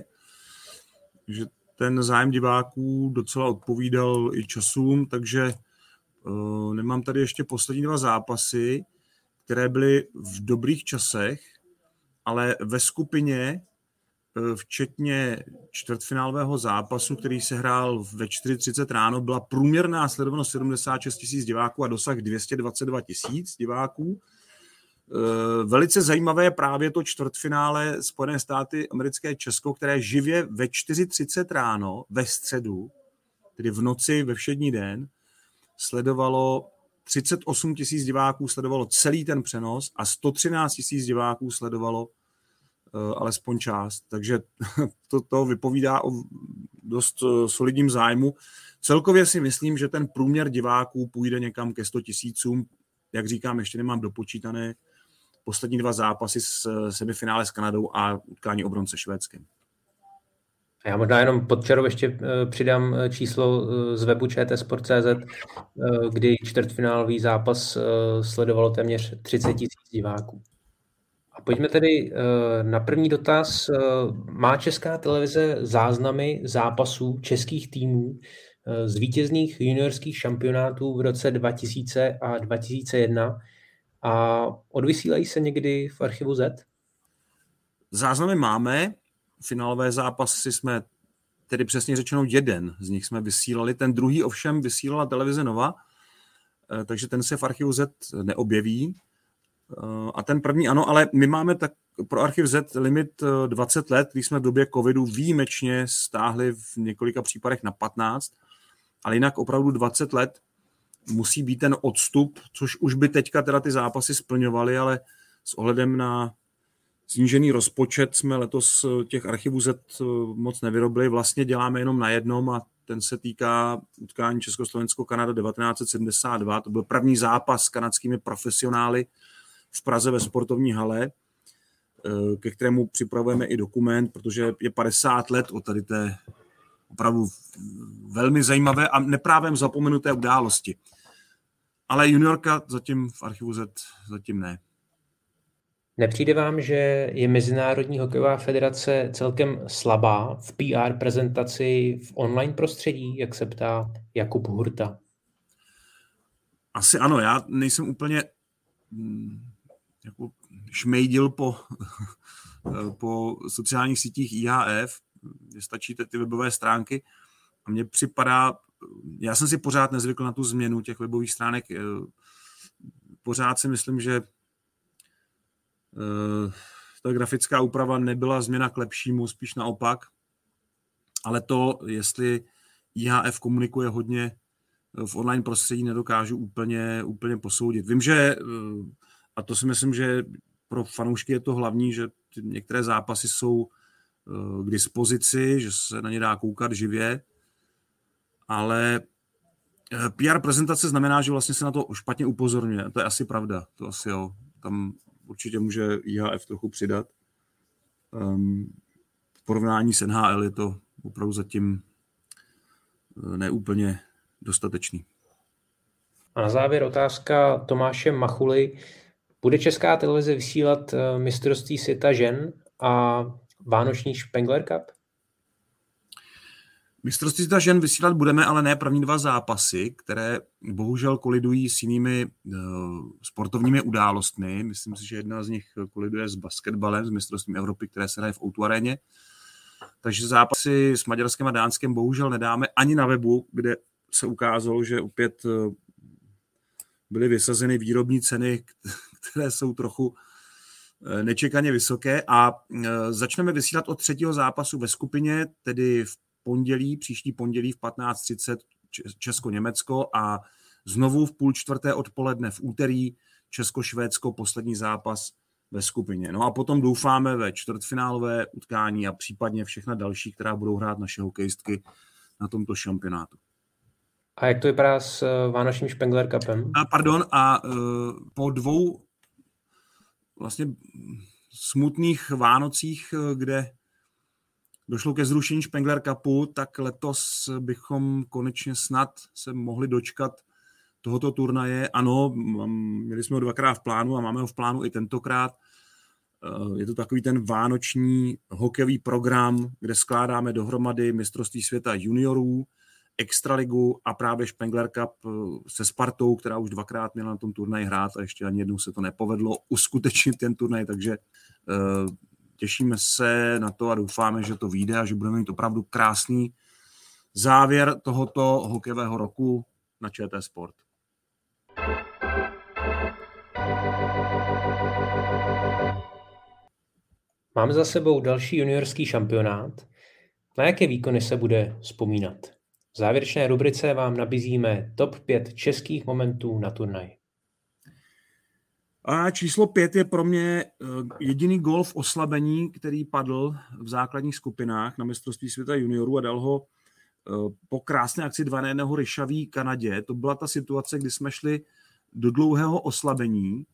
D: že ten zájem diváků docela odpovídal i časům, takže Uh, nemám tady ještě poslední dva zápasy, které byly v dobrých časech, ale ve skupině, uh, včetně čtvrtfinálového zápasu, který se hrál ve čtyři třicet ráno, byla průměrná sledovanost sedmdesát šest tisíc diváků a dosah dvě stě dvacet dva tisíc diváků. Uh, velice zajímavé je právě to čtvrtfinále Spojené státy americké Česko, které živě ve čtyři třicet ráno, ve středu, tedy v noci, ve všední den, sledovalo třicet osm tisíc diváků, sledovalo celý ten přenos a sto třináct tisíc diváků sledovalo uh, alespoň část. Takže to, to vypovídá o dost uh, solidním zájmu. Celkově si myslím, že ten průměr diváků půjde někam ke sto tisícům. Jak říkám, ještě nemám dopočítané poslední dva zápasy s semifinále s Kanadou a utkání o bronz se Švédskem.
C: Já možná jenom pod čarou ještě přidám číslo z webu č t sport tečka cé zet, kdy čtvrtfinálový zápas sledovalo téměř třicet tisíc diváků. A pojďme tedy na první dotaz. Má Česká televize záznamy zápasů českých týmů z vítězných juniorských šampionátů v roce dva tisíce a dva tisíce jedna a odvysílají se někdy v archivu Z?
D: Záznamy máme. Finálové zápasy jsme, tedy přesně řečeno jeden z nich jsme vysílali, ten druhý ovšem vysílala televize Nova, takže ten se v archivu Z neobjeví. A ten první ano, ale my máme tak pro archiv Z limit dvacet let, když jsme v době covidu výjimečně stáhli v několika případech na patnáct, ale jinak opravdu dvacet let musí být ten odstup, což už by teďka teda ty zápasy splňovaly, ale s ohledem na snížený rozpočet jsme letos těch archivů Z moc nevyrobili. Vlastně děláme jenom na jednom a ten se týká utkání Československo-Kanada devatenáct set sedmdesát dva. To byl první zápas s kanadskými profesionály v Praze ve sportovní hale, ke kterému připravujeme i dokument, protože je padesát let od tady té opravdu velmi zajímavé a neprávem zapomenuté události. ale juniorka zatím v archivu Z zatím ne.
C: Nepřijde vám, že je Mezinárodní hokejová federace celkem slabá v P R prezentaci v online prostředí, jak se ptá Jakub Hurta?
D: Asi ano, já nejsem úplně hm, jako šmejdil po, po sociálních sítích I H F, kde stačí ty webové stránky a mně připadá, já jsem si pořád nezvykl na tu změnu těch webových stránek, pořád si myslím, že ta grafická úprava nebyla změna k lepšímu, spíš naopak, ale to, jestli I H F komunikuje hodně v online prostředí, nedokážu úplně, úplně posoudit. Vím, že, a to si myslím, že pro fanoušky je to hlavní, že některé zápasy jsou k dispozici, že se na ně dá koukat živě, ale P R prezentace znamená, že vlastně se na to špatně upozorňuje. To je asi pravda, to asi jo. Tam určitě může I H F trochu přidat. Um, v porovnání s N H L je to opravdu zatím neúplně dostatečný.
C: A na závěr otázka Tomáše Machuly. Bude Česká televize vysílat mistrovství světa žen a vánoční Spengler Cup?
D: Mistrovství světa žen vysílat budeme, ale ne první dva zápasy, které bohužel kolidují s jinými uh, sportovními událostmi. Myslím si, že jedna z nich koliduje s basketbalem, s mistrovstvím Evropy, které se hraje v O dva aréně. Takže zápasy s Maďarskem a Dánskem bohužel nedáme ani na webu, kde se ukázalo, že opět uh, byly vysazeny výrobní ceny, které jsou trochu uh, nečekaně vysoké. A uh, začneme vysílat od třetího zápasu ve skupině, tedy v pondělí, příští pondělí v patnáct třicet Česko-Německo a znovu v půl čtvrté odpoledne v úterý Česko-Švédsko, poslední zápas ve skupině. No a potom doufáme ve čtvrtfinálové utkání a případně všechna další, která budou hrát naše hokejistky na tomto šampionátu.
C: A jak to vypadá s vánočním Spengler Cupem?
D: A pardon, a uh, po dvou vlastně smutných Vánocích, kde došlo ke zrušení Spengler Cupu, tak letos bychom konečně snad se mohli dočkat tohoto turnaje. Ano, měli jsme ho dvakrát v plánu a máme ho v plánu i tentokrát. Je to takový ten vánoční hokejový program, kde skládáme dohromady mistrovství světa juniorů, extraligu a právě Spengler Cup se Spartou, která už dvakrát měla na tom turnaji hrát a ještě ani jednou se to nepovedlo uskutečnit ten turnaj, takže těšíme se na to a doufáme, že to vyjde a že budeme mít opravdu krásný závěr tohoto hokejového roku na Č T Sport.
C: Máme za sebou další juniorský šampionát. Na jaké výkony se bude vzpomínat? V závěrečné rubrice vám nabízíme top pět českých momentů na turnaji.
D: A číslo pět je pro mě jediný gól v oslabení, který padl v základních skupinách na mistrovství světa juniorů a dal ho po krásné akci dva na jednoho Ryšaví Kanadě. To byla ta situace, kdy jsme šli do dlouhého oslabení.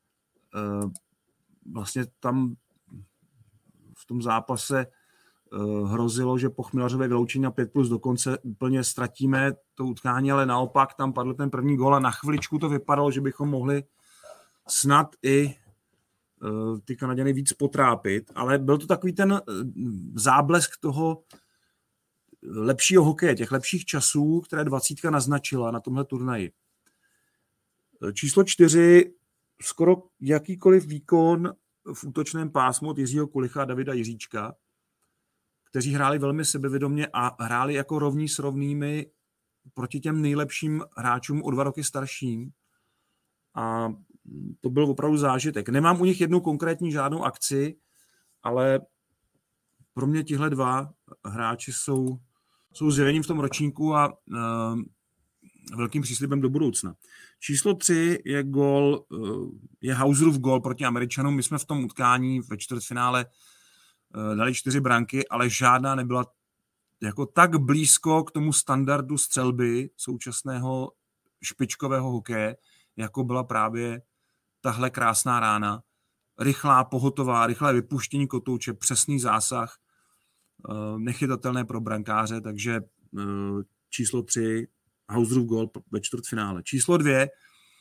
D: Vlastně tam v tom zápase hrozilo, že po Chmilařové vyloučení na pět plus do konce úplně ztratíme to utkání, ale naopak tam padl ten první gól a na chviličku to vypadalo, že bychom mohli snad i uh, ty Kanaděny víc potrápit, ale byl to takový ten uh, záblesk toho lepšího hokeje, těch lepších časů, které dvacítka naznačila na tomhle turnaji. Číslo čtyři, skoro jakýkoliv výkon v útočném pásmu od Jiřího Kulicha a Davida Jiříčka, kteří hráli velmi sebevědomě a hráli jako rovní s rovnými proti těm nejlepším hráčům o dva roky starším. A to byl opravdu zážitek. Nemám u nich jednu konkrétní žádnou akci, ale pro mě tihle dva hráči jsou, jsou zjevení v tom ročníku a uh, velkým příslibem do budoucna. Číslo tři je gól, uh, je Hauserův gól proti Američanům. My jsme v tom utkání ve čtvrtfinále uh, dali čtyři branky, ale žádná nebyla jako tak blízko k tomu standardu střelby současného špičkového hokeje, jako byla právě tahle krásná rána. Rychlá, pohotová, rychlé vypuštění kotouče, přesný zásah, nechytatelné pro brankáře, takže číslo tři, Hauserův gól ve čtvrtfinále. Číslo dvě,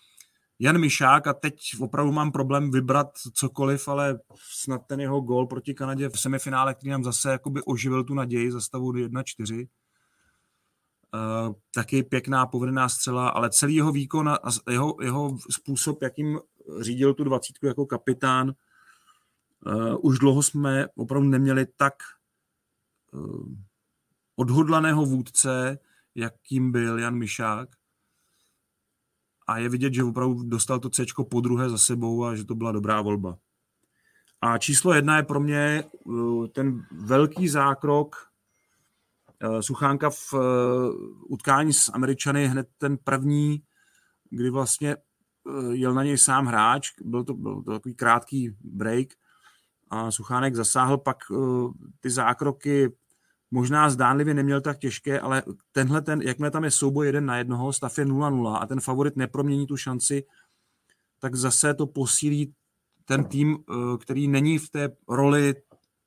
D: Jan Mišák a teď opravdu mám problém vybrat cokoliv, ale snad ten jeho gól proti Kanadě v semifinále, který nám zase jakoby oživil tu naději za stavu jedna čtyři. Uh, taky pěkná povedená střela, ale celý jeho výkon a jeho, jeho způsob, jakým řídil tu dvacítku jako kapitán, uh, už dlouho jsme opravdu neměli tak uh, odhodlaného vůdce, jakým byl Jan Mišák. A je vidět, že opravdu dostal to céčko po druhé za sebou a že to byla dobrá volba. A číslo jedna je pro mě uh, ten velký zákrok Suchánka v utkání s Američany, hned ten první, kdy vlastně jel na něj sám hráč, byl to, byl to takový krátký break a Suchánek zasáhl, pak ty zákroky možná zdánlivě neměl tak těžké, ale tenhle ten, jakmile tam je souboj jeden na jednoho, stav je nula nula a ten favorit nepromění tu šanci, tak zase to posílí ten tým, který není v té roli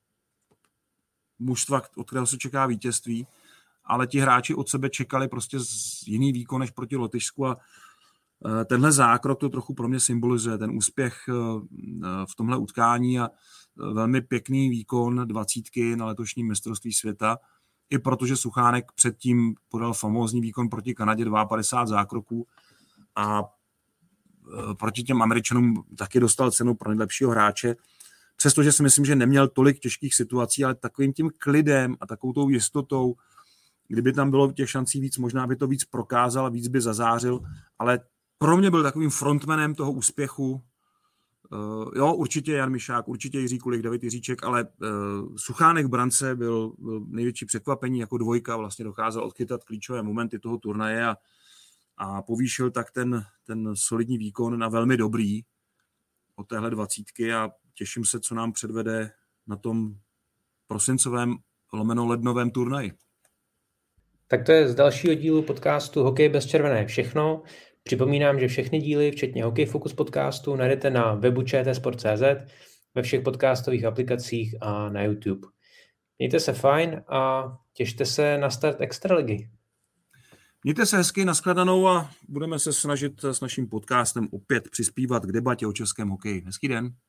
D: mužstva, od kterého se čeká vítězství, ale ti hráči od sebe čekali prostě jiný výkon než proti Lotyšsku a tenhle zákrok to trochu pro mě symbolizuje, ten úspěch v tomhle utkání a velmi pěkný výkon dvacítky na letošním mistrovství světa, i protože Suchánek předtím podal famózní výkon proti Kanadě padesát dva zákroků a proti těm Američanům taky dostal cenu pro nejlepšího hráče. Přestože si myslím, že neměl tolik těžkých situací, ale takovým tím klidem a takovou tou jistotou, kdyby tam bylo těch šancí víc, možná by to víc prokázal a víc by zazářil, ale pro mě byl takovým frontmanem toho úspěchu. Uh, jo, určitě Jan Mišák, určitě Jiří Kulich, David Jiříček, ale uh, Suchánek v brance byl, byl největší překvapení, jako dvojka vlastně dokázal odchytat klíčové momenty toho turnaje a, a povýšil tak ten, ten solidní výkon na velmi dobrý od téhle dvacítky a těším se, co nám předvede na tom prosincovém lomeno lednovém turnaji.
C: Tak to je z dalšího dílu podcastu Hokej bez červené všechno. Připomínám, že všechny díly, včetně Hokej Focus podcastu, najdete na webu č t sport tečka c z, ve všech podcastových aplikacích a na YouTube. Mějte se fajn a těšte se na start Extraligy.
D: Mějte se hezky, nashledanou a budeme se snažit s naším podcastem opět přispívat k debatě o českém hokeji. Hezký den.